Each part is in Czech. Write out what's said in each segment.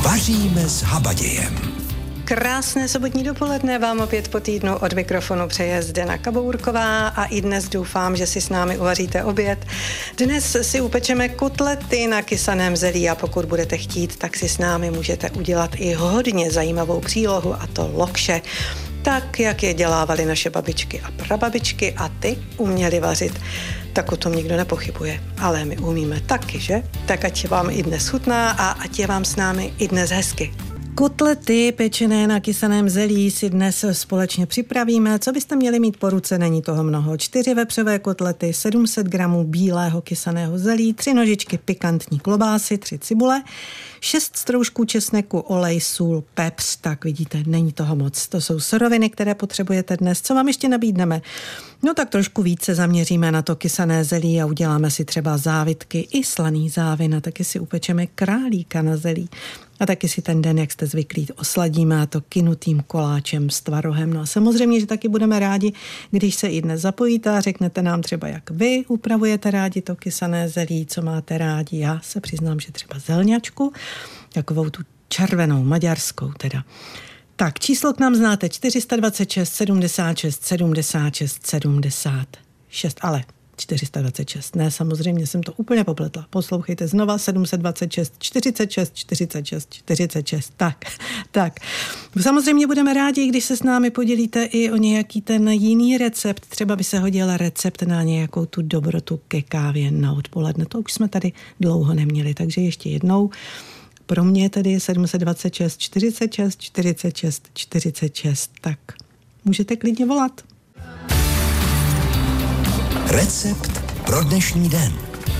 Vaříme s Habadějem. Krásné sobotní dopoledne vám opět po týdnu od mikrofonu přeje Zdena Kabourková a i dnes doufám, že si s námi uvaříte oběd. Dnes si upečeme kotlety na kysaném zelí a pokud budete chtít, tak si s námi můžete udělat i hodně zajímavou přílohu, a to lokše. Tak, jak je dělávaly naše babičky a prababičky a ty uměli vařit. Tak o tom nikdo nepochybuje, ale my umíme taky, že? Tak ať vám i dnes chutná a ať je vám s námi i dnes hezky. Kotlety pečené na kysaném zelí si dnes společně připravíme. Co byste měli mít po ruce, není toho mnoho. 4 vepřové kotlety, 700 gramů bílého kysaného zelí, 3 nožičky pikantní klobásy, 3 cibule, 6 stroužků česneku, olej, sůl, pepř. Tak vidíte, není toho moc. To jsou suroviny, které potřebujete dnes. Co vám ještě nabídneme? No tak trošku více zaměříme na to kysané zelí a uděláme si třeba závitky i slaný závin a taky si upečeme králíka na zelí. A taky si ten den, jak jste zvyklí, osladíme, a to kynutým koláčem s tvarohem. No a samozřejmě, že taky budeme rádi, když se i dnes zapojíte a řeknete nám třeba, jak vy upravujete rádi to kysané zelí, co máte rádi. Já se přiznám, že třeba zelňačku, takovou tu červenou, maďarskou teda. Tak, číslo k nám znáte 426 76 76 76, ale 426. Ne, samozřejmě jsem to úplně popletla. Poslouchejte znova 726 46 46 46. Tak. Samozřejmě budeme rádi, když se s námi podělíte i o nějaký ten jiný recept. Třeba by se hodil recept na nějakou tu dobrotu ke kávě na odpoledne. To už jsme tady dlouho neměli, takže ještě jednou. Pro mě tedy 726 46 46 46. Tak můžete klidně volat. Recept pro dnešní den.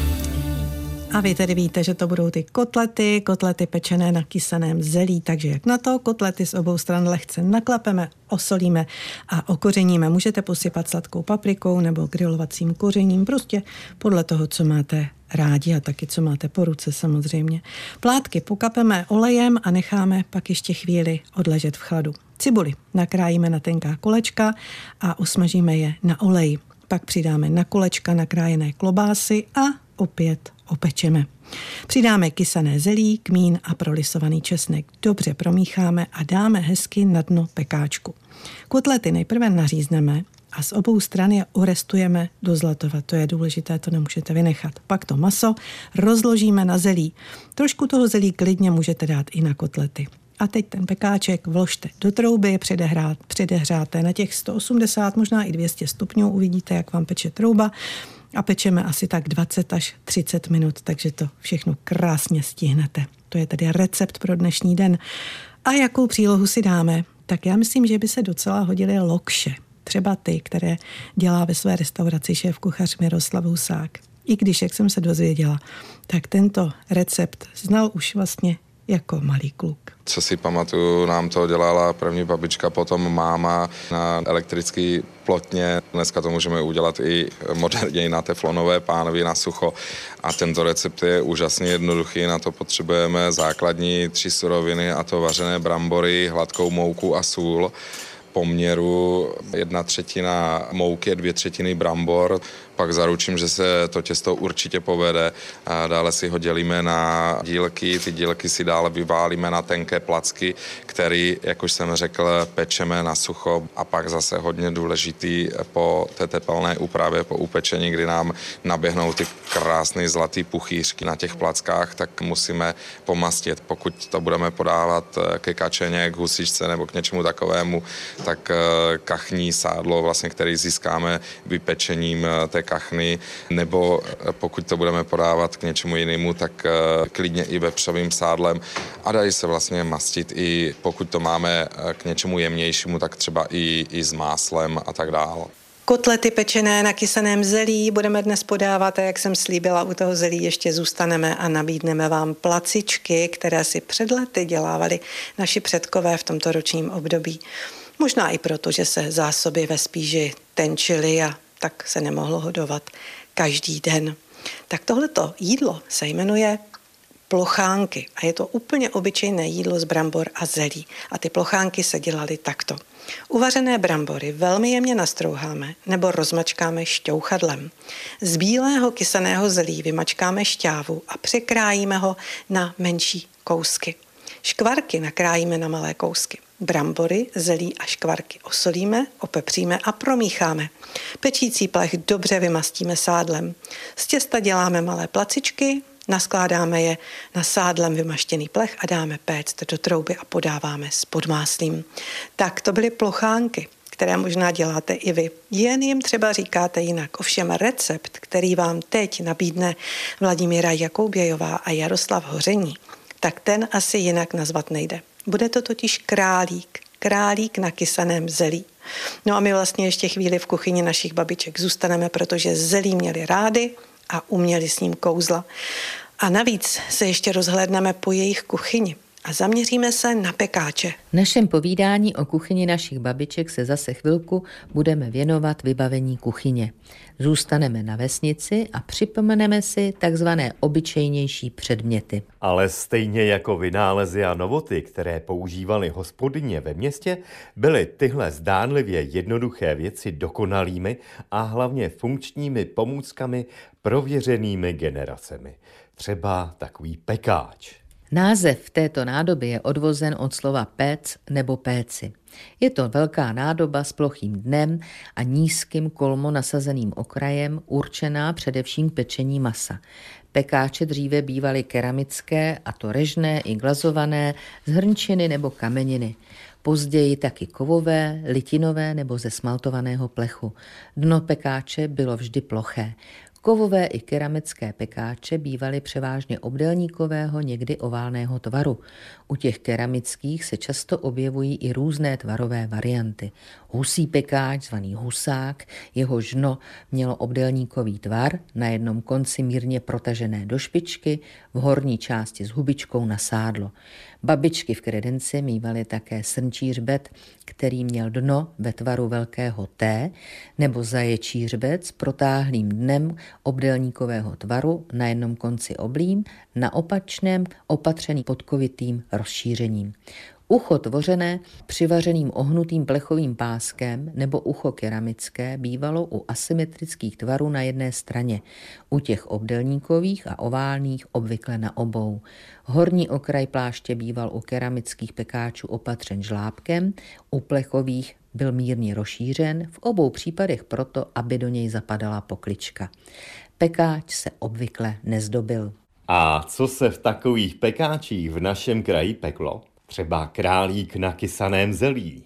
A vy tedy víte, že to budou ty kotlety pečené na kysaném zelí, takže jak na to, kotlety z obou stran lehce naklepeme, osolíme a okořeníme. Můžete posypat sladkou paprikou nebo grilovacím kořením, prostě podle toho, co máte rádi a taky, co máte po ruce samozřejmě. Plátky pokapeme olejem a necháme pak ještě chvíli odležet v chladu. Cibuli nakrájíme na tenká kolečka a usmažíme je na oleji. Pak přidáme na kolečka nakrájené klobásy a opět opečeme. Přidáme kysané zelí, kmín a prolisovaný česnek. Dobře promícháme a dáme hezky na dno pekáčku. Kotlety nejprve nařízneme a z obou stran je orestujeme do zlatova. To je důležité, to nemůžete vynechat. Pak to maso rozložíme na zelí. Trošku toho zelí klidně můžete dát i na kotlety. A teď ten pekáček vložte do trouby, předehřáte na těch 180, možná i 200 stupňů, uvidíte, jak vám peče trouba a pečeme asi tak 20 až 30 minut, takže to všechno krásně stihnete. To je tedy recept pro dnešní den. A jakou přílohu si dáme? Tak já myslím, že by se docela hodily lokše. Třeba ty, které dělá ve své restauraci šéfkuchař Miroslav Husák. I když, jak jsem se dozvěděla, tak tento recept znal už vlastně jako malý kluk. Co si pamatuju, nám to dělala první babička, potom máma na elektrický plotně. Dneska to můžeme udělat i moderněji na teflonové pánvi na sucho. A tento recept je úžasně jednoduchý, na to potřebujeme základní 3 suroviny, a to vařené brambory, hladkou mouku a sůl. Poměru 1/3 mouky, 2/3 brambor. Pak zaručím, že se to těsto určitě povede. A dále si ho dělíme na dílky, ty dílky si dále vyválíme na tenké placky, který, jak už jsem řekl, pečeme na sucho. A pak zase hodně důležitý po té tepelné úpravě, po upečení, kdy nám naběhnou ty krásné zlatý puchýřky na těch plackách, tak musíme pomastit. Pokud to budeme podávat ke kačeně, k husičce nebo k něčemu takovému, tak kachní sádlo, vlastně, který získáme vypečením té kachny, nebo pokud to budeme podávat k něčemu jinému, tak klidně i vepřovým sádlem a dají se vlastně mastit i pokud to máme k něčemu jemnějšímu, tak třeba i s máslem a tak dále. Kotlety pečené na kysaném zelí budeme dnes podávat a jak jsem slíbila, u toho zelí ještě zůstaneme a nabídneme vám placičky, které si před lety dělávali naši předkové v tomto ročním období. Možná i proto, že se zásoby ve spíži tenčily a tak se nemohlo hodovat každý den. Tak tohleto jídlo se jmenuje plochánky a je to úplně obyčejné jídlo z brambor a zelí. A ty plochánky se dělaly takto. Uvařené brambory velmi jemně nastrouháme nebo rozmačkáme šťouchadlem. Z bílého kysaného zelí vymačkáme šťávu a překrájíme ho na menší kousky. Škvarky nakrájíme na malé kousky. Brambory, zelí a škvarky osolíme, opepříme a promícháme. Pečící plech dobře vymastíme sádlem. Z těsta děláme malé placičky, naskládáme je na sádlem vymaštěný plech a dáme péct do trouby a podáváme s podmáslím. Tak to byly plochánky, které možná děláte i vy. Jen jim třeba říkáte jinak. Ovšem recept, který vám teď nabídne Vladimíra Jakoubějová a Jaroslav Hoření, tak ten asi jinak nazvat nejde. Bude to totiž králík na kysaném zelí. No a my vlastně ještě chvíli v kuchyni našich babiček zůstaneme, protože zelí měli rády a uměli s ním kouzla. A navíc se ještě rozhlédneme po jejich kuchyni a zaměříme se na pekáče. V našem povídání o kuchyni našich babiček se zase chvilku budeme věnovat vybavení kuchyně. Zůstaneme na vesnici a připomeneme si takzvané obyčejnější předměty. Ale stejně jako vynálezy a novoty, které používali hospodyně ve městě, byly tyhle zdánlivě jednoduché věci dokonalými a hlavně funkčními pomůckami prověřenými generacemi. Třeba takový pekáč. Název této nádoby je odvozen od slova péc nebo péci. Je to velká nádoba s plochým dnem a nízkým kolmo nasazeným okrajem, určená především k pečení masa. Pekáče dříve bývaly keramické, a to režné i glazované, z hrnčiny nebo kameniny. Později taky kovové, litinové nebo ze smaltovaného plechu. Dno pekáče bylo vždy ploché. Kovové i keramické pekáče bývaly převážně obdélníkového, někdy oválného tvaru. U těch keramických se často objevují i různé tvarové varianty. Husí pekáč, zvaný husák, jeho žno mělo obdélníkový tvar, na jednom konci mírně protažené do špičky, v horní části s hubičkou na sádlo. Babičky v kredenci mívaly také srnčí hřbet, který měl dno ve tvaru velkého T, nebo zaječí hřbet s protáhlým dnem obdélníkového tvaru, na jednom konci oblým, na opačném opatřený podkovitým rozšířením. Ucho tvořené přivařeným ohnutým plechovým páskem nebo ucho keramické bývalo u asymetrických tvarů na jedné straně, u těch obdélníkových a oválných obvykle na obou. Horní okraj pláště býval u keramických pekáčů opatřen žlábkem, u plechových byl mírně rozšířen, v obou případech proto, aby do něj zapadala poklička. Pekáč se obvykle nezdobil. A co se v takových pekáčích v našem kraji peklo? Třeba králík na kysaném zelí.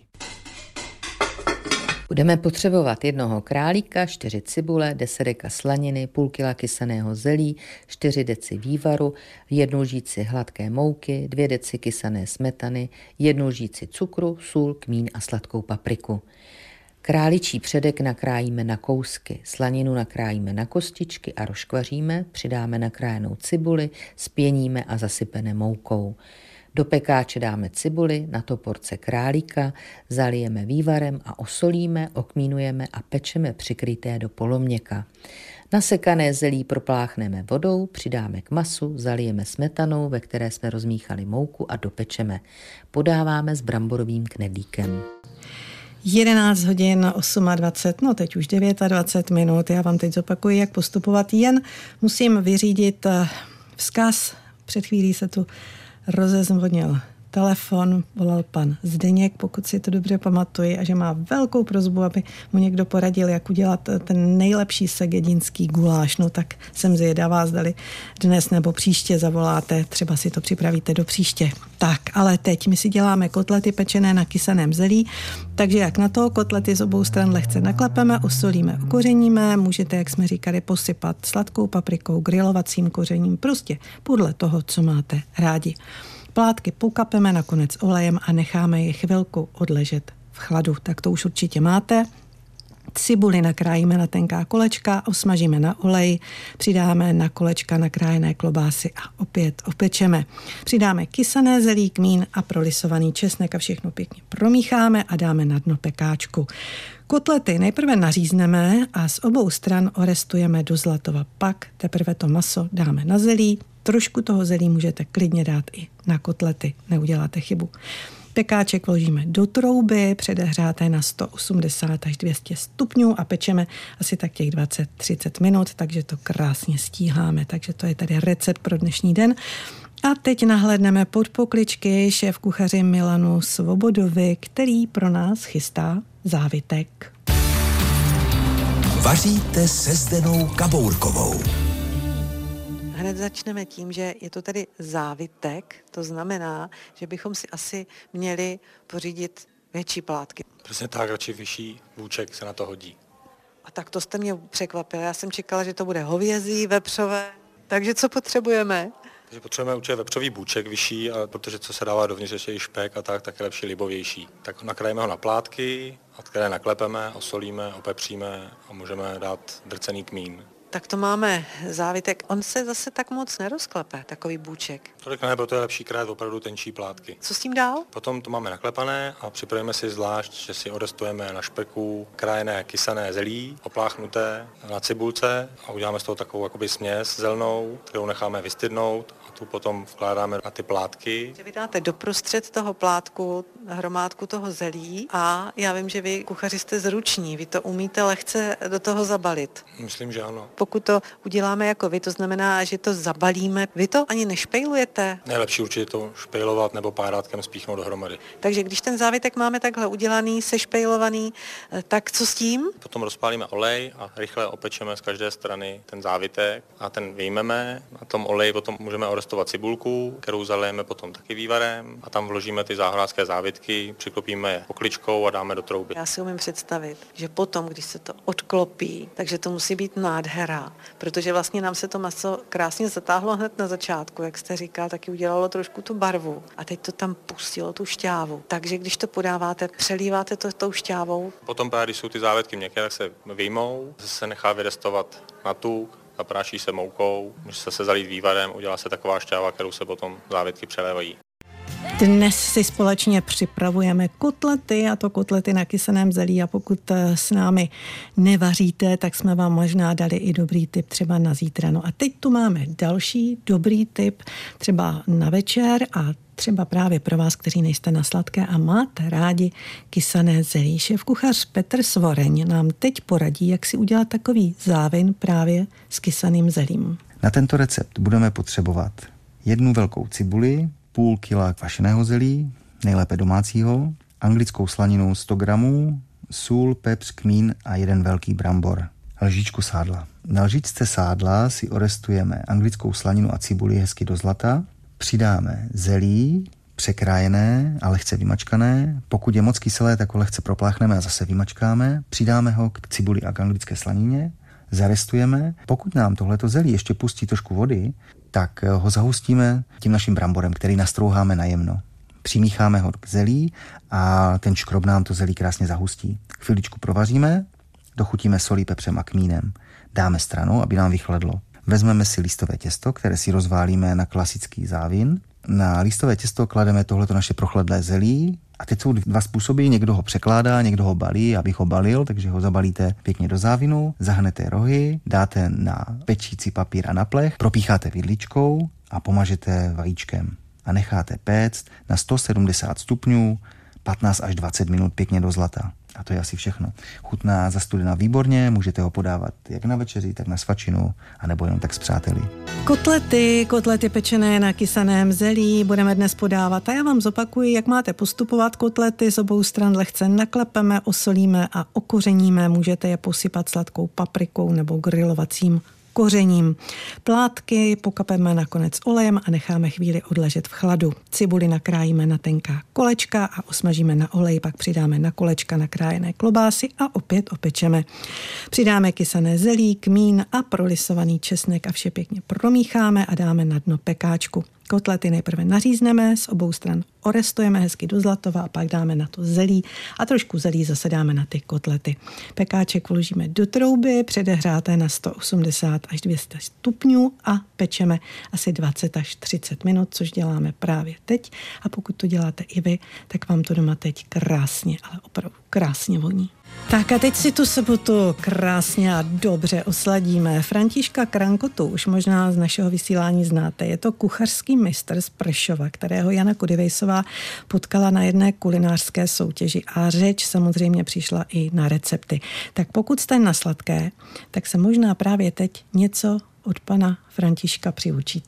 Budeme potřebovat jednoho králíka, 4 cibule, 10 deka slaniny, půl kila kysaného zelí, 4 deci vývaru, 1 lžíci hladké mouky, 2 deci kysané smetany, 1 lžíci cukru, sůl, kmín a sladkou papriku. Králičí předek nakrájíme na kousky, slaninu nakrájíme na kostičky a rozkvaříme, přidáme nakrájenou cibuli, spěníme a zasypeme moukou. Do pekáče dáme cibuli, na to porce králíka, zalijeme vývarem a osolíme, okmínujeme a pečeme přikryté do poloměka. Nasekané zelí propláchneme vodou, přidáme k masu, zalijeme smetanou, ve které jsme rozmíchali mouku a dopečeme. Podáváme s bramborovým knedlíkem. 11 hodin 28, no teď už 29 minut. Já vám teď zopakuji, jak postupovat. Jen musím vyřídit vzkaz. Před chvílí se tu rozezvonil telefon, volal pan Zdeněk, pokud si to dobře pamatuji, a že má velkou prosbu, aby mu někdo poradil, jak udělat ten nejlepší segedinský guláš. No tak jsem zvědavá, zdali dnes nebo příště zavoláte, třeba si to připravíte do příště. Tak, ale teď my si děláme kotlety pečené na kysaném zelí, takže jak na to, kotlety z obou stran lehce naklepeme, osolíme, okořeníme, můžete, jak jsme říkali, posypat sladkou paprikou, grilovacím kořením, prostě podle toho, co máte rádi. Plátky pokapeme nakonec olejem a necháme je chvilku odležet v chladu. Tak to už určitě máte. Cibuli nakrájíme na tenká kolečka, osmažíme na oleji, přidáme na kolečka nakrájené klobásy a opět opečeme. Přidáme kysané zelí, kmín a prolisovaný česnek a všechno pěkně promícháme a dáme na dno pekáčku. Kotlety nejprve nařízneme a z obou stran orestujeme do zlatova. Pak teprve to maso dáme na zelí. Trošku toho zelí můžete klidně dát i na kotlety, neuděláte chybu. Pekáček vložíme do trouby, předehřáté na 180 až 200 stupňů a pečeme asi tak těch 20-30 minut, takže to krásně stíháme. Takže to je tady recept pro dnešní den. A teď nahlédneme pod pokličky šéf kuchaři Milanu Svobodovi, který pro nás chystá závitek. Vaříte se Zdenou Kabourkovou. Hned začneme tím, že je to tedy závitek, to znamená, že bychom si asi měli pořídit větší plátky. Přesně tak, radši vyšší vůček se na to hodí. A tak to jste mě překvapil. Já jsem čekala, že to bude hovězí, vepřové. Takže co potřebujeme? Takže potřebujeme určitě vepřový bůček vyšší, a protože co se dává dovnitř ještě i špek a tak je lepší libovější. Tak nakrajíme ho na plátky, a které naklepeme, osolíme, opepříme a můžeme dát drcený kmín. Tak to máme závitek. On se zase tak moc nerozklepe, takový bůček. Tolik ne, proto je lepší krát opravdu tenčí plátky. Co s tím dál? Potom to máme naklepané a připravíme si zvlášť, že si odestujeme na špeku krájené kysané zelí, opláchnuté na cibulce a uděláme z toho takovou jakoby směs zelenou, kterou necháme vystydnout a tu potom vkládáme na ty plátky. Vy dáte doprostřed toho plátku hromádku toho zelí a já vím, že vy kuchaři jste zruční, vy to umíte lehce do toho zabalit. Myslím, že ano. Pokud to uděláme jako vy, to znamená, že to zabalíme. Vy to ani nešpejlujete? Nejlepší určitě to špejlovat nebo párátkem spíchnout dohromady. Takže když ten závitek máme takhle udělaný, sešpejlovaný, tak co s tím? Potom rozpálíme olej a rychle opečeme z každé strany ten závitek a ten vyjmeme. Na tom oleji potom můžeme orestovat cibulku, kterou zalijeme potom taky vývarem a tam vložíme ty záhorářské závitky, přiklopíme je pokličkou a dáme do trouby. Já si umím představit, že potom, když se to odklopí, takže to musí být nádhera, protože vlastně nám se to maso krásně zatáhlo hned na začátku, jak jste říkal, taky udělalo trošku tu barvu a teď to tam pustilo tu šťávu. Takže když to podáváte, přelíváte to tou šťávou. Potom právě, když jsou ty závětky měkké, tak se vyjmou, se nechá vyrestovat na tuk, zapráší se moukou, může se zalít vývarem, udělá se taková šťáva, kterou se potom závětky přelévají. Dnes si společně připravujeme kotlety, a to kotlety na kysaném zelí, a pokud s námi nevaříte, tak jsme vám možná dali i dobrý tip třeba na zítra. No a teď tu máme další dobrý tip třeba na večer a třeba právě pro vás, kteří nejste na sladké a máte rádi kysané zelí. Šéfkuchař Petr Svoreň nám teď poradí, jak si udělat takový závin právě s kysaným zelím. Na tento recept budeme potřebovat 1 velkou cibuli, půl kila kvašeného zelí, nejlépe domácího, anglickou slaninu 100 gramů, sůl, pepř, kmín a 1 velký brambor. Lžičku sádla. Na lžičce sádla si orestujeme anglickou slaninu a cibuli hezky do zlata, přidáme zelí, překrájené a lehce vymačkané. Pokud je moc kyselé, tak ho lehce propláchneme a zase vymačkáme. Přidáme ho k cibuli a k anglické slanině, zarestujeme. Pokud nám tohleto zelí ještě pustí trošku vody, tak ho zahustíme tím naším bramborem, který nastrouháme najemno. Přimícháme ho k zelí a ten škrob nám to zelí krásně zahustí. Chviličku provaříme, dochutíme solí, pepřem a kmínem. Dáme stranou, aby nám vychladlo. Vezmeme si listové těsto, které si rozválíme na klasický závin. Na listové těsto klademe tohleto naše prochladlé zelí. A teď jsou 2 způsoby, někdo ho překládá, někdo ho balí, abych ho balil, takže ho zabalíte pěkně do závinu, zahnete rohy, dáte na pečící papír a na plech, propícháte vidličkou a pomažete vajíčkem. A necháte péct na 170 stupňů 15 až 20 minut pěkně do zlata. A to je asi všechno. Chutná zastudená výborně, můžete ho podávat jak na večeři, tak na svačinu, anebo jenom tak s přáteli. Kotlety pečené na kysaném zelí budeme dnes podávat. A já vám zopakuji, jak máte postupovat. Kotlety z obou stran lehce naklepeme, osolíme a okořeníme. Můžete je posypat sladkou paprikou nebo grilovacím kořením. Plátky pokapeme nakonec olejem a necháme chvíli odležet v chladu. Cibuli nakrájíme na tenká kolečka a osmažíme na oleji, pak přidáme na kolečka nakrájené klobásy a opět opečeme. Přidáme kysané zelí, kmín a prolisovaný česnek a vše pěkně promícháme a dáme na dno pekáčku. Kotlety nejprve nařízneme, z obou stran orestujeme hezky do zlatova a pak dáme na to zelí a trošku zelí zase dáme na ty kotlety. Pekáček vložíme do trouby, předehřáté na 180 až 200 stupňů a pečeme asi 20 až 30 minut, což děláme právě teď. A pokud to děláte i vy, tak vám to doma teď krásně, ale opravdu krásně voní. Tak a teď si tu sobotu krásně a dobře osladíme. Františka Krankotu už možná z našeho vysílání znáte. Je to kuchařský mistr z Prešova, kterého Jana Kudivejsová potkala na jedné kulinářské soutěži a řeč samozřejmě přišla i na recepty. Tak pokud jste na sladké, tak se možná právě teď něco od pana Františka přiučíte.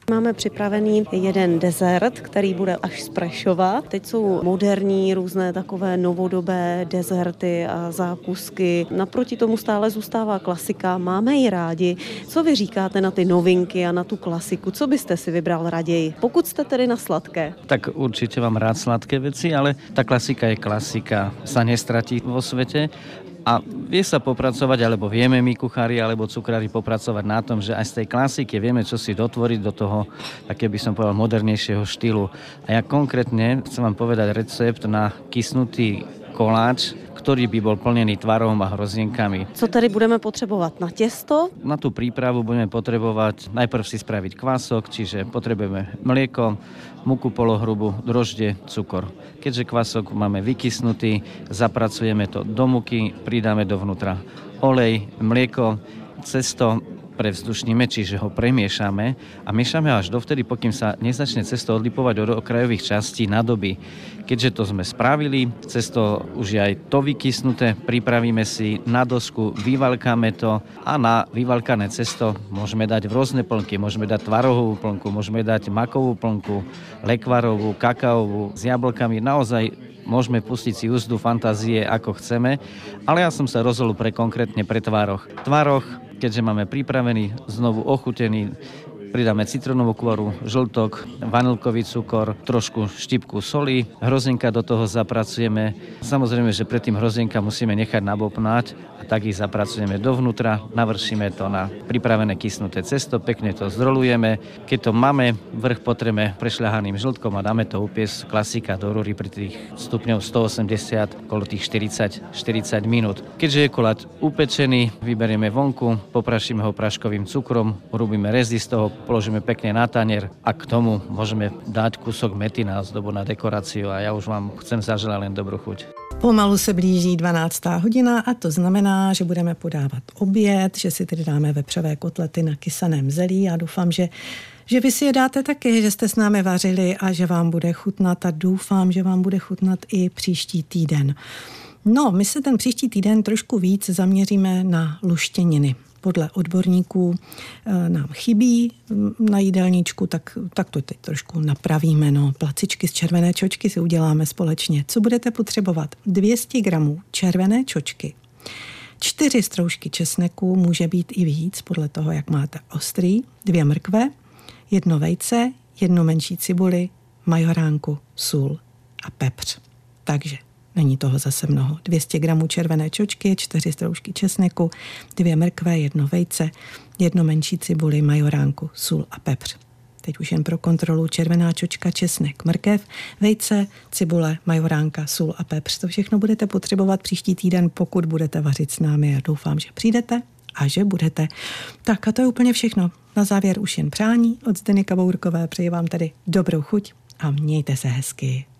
Máme připravený jeden dezert, který bude až sprešovat. Teď jsou moderní různé takové novodobé dezerty a zákusky. Naproti tomu stále zůstává klasika. Máme ji rádi. Co vy říkáte na ty novinky a na tu klasiku? Co byste si vybral raději? Pokud jste tedy na sladké. Tak určite mám rád sladké veci, ale tá klasika je klasika. Sa nestratí vo svete. A vie sa popracovať, alebo vieme my kuchári, alebo cukrári popracovať na tom, že aj z tej klasiky vieme čo si dotvoriť do toho, také by som povedal, modernejšieho štýlu. A ja konkrétne chcem vám povedať recept na kysnutý koláč, ktorý by bol plnený tvarohom a hrozienkami. Co tady budeme potrebovať? Na těsto? Na tú prípravu budeme potrebovať najprv si spraviť kvások, čiže potrebujeme mlieko, múku polohrubú, droždie, cukor. Keďže kvások máme vykysnutý, zapracujeme to do múky, pridáme dovnútra olej, mlieko, cesto prevzdušníme, čiže ho premiešame a miešame až dovtedy, pokým sa nezačne cesto odlipovať od okrajových častí na doby. Keďže to sme spravili, cesto už je aj to vykysnuté, pripravíme si na dosku, vyvalkáme to a na vyvalkané cesto môžeme dať rôzne plnky. Môžeme dať tvarohovú plnku, môžeme dať makovú plnku, lekvarovú, kakaovú s jablkami. Naozaj môžeme pustiť si úzdu fantázie, ako chceme, ale ja som sa rozhodol konkrétne pre tvaroh. Tvaroh, keďže máme pripravený, znovu ochutený, pridáme citronovú kôru, žltok, vanilkový cukor, trošku štipku soli, hrozienka do toho zapracujeme. Samozrejme, že predtým hrozienka musíme nechať nabopnať a tak ich zapracujeme dovnútra, navršíme to na pripravené kysnuté cesto, pekne to zrolujeme. Keď to máme, vrch potreme prešľahaným žltkom a dáme to upiesť klasika do rúry pri tých stupňov 180, okolo tých 40 minút. Keďže je koláč upečený, vyberieme vonku, poprašíme ho praškovým cukrom, urobíme rezy z toho, položíme pekne na tanier a k tomu môžeme dať kúsok mety na ozdobu, na dekoráciu a ja už vám chcem zaželať len dobrú chuť. Pomalu se blíží 12. hodina a to znamená, že budeme podávat oběd, že si tedy dáme vepřové kotlety na kysaném zelí. Já doufám, že vy si je dáte taky, že jste s námi vařili a že vám bude chutnat a doufám, že vám bude chutnat i příští týden. No, my se ten příští týden trošku víc zaměříme na luštěniny. Podle odborníků nám chybí na jídelníčku, tak to teď trošku napravíme. No, placičky z červené čočky si uděláme společně. Co budete potřebovat? 200 gramů červené čočky, 4 stroužky česneku, může být i víc, podle toho, jak máte ostrý, 2 mrkve, 1 vejce, 1 menší cibuli, majoránku, sůl a pepř. Takže není toho zase mnoho. 200 gramů červené čočky, 4 stroužky česneku, 2 mrkve, 1 vejce, 1 menší cibuli, majoránku, sůl a pepř. Teď už jen pro kontrolu: červená čočka, česnek, mrkev, vejce, cibule, majoránka, sůl a pepř. To všechno budete potřebovat příští týden, pokud budete vařit s námi. Já doufám, že přijdete a že budete. Tak a to je úplně všechno. Na závěr už jen přání od Zdeny Kabourkové. Přeji vám tedy dobrou chuť a mějte se hezky.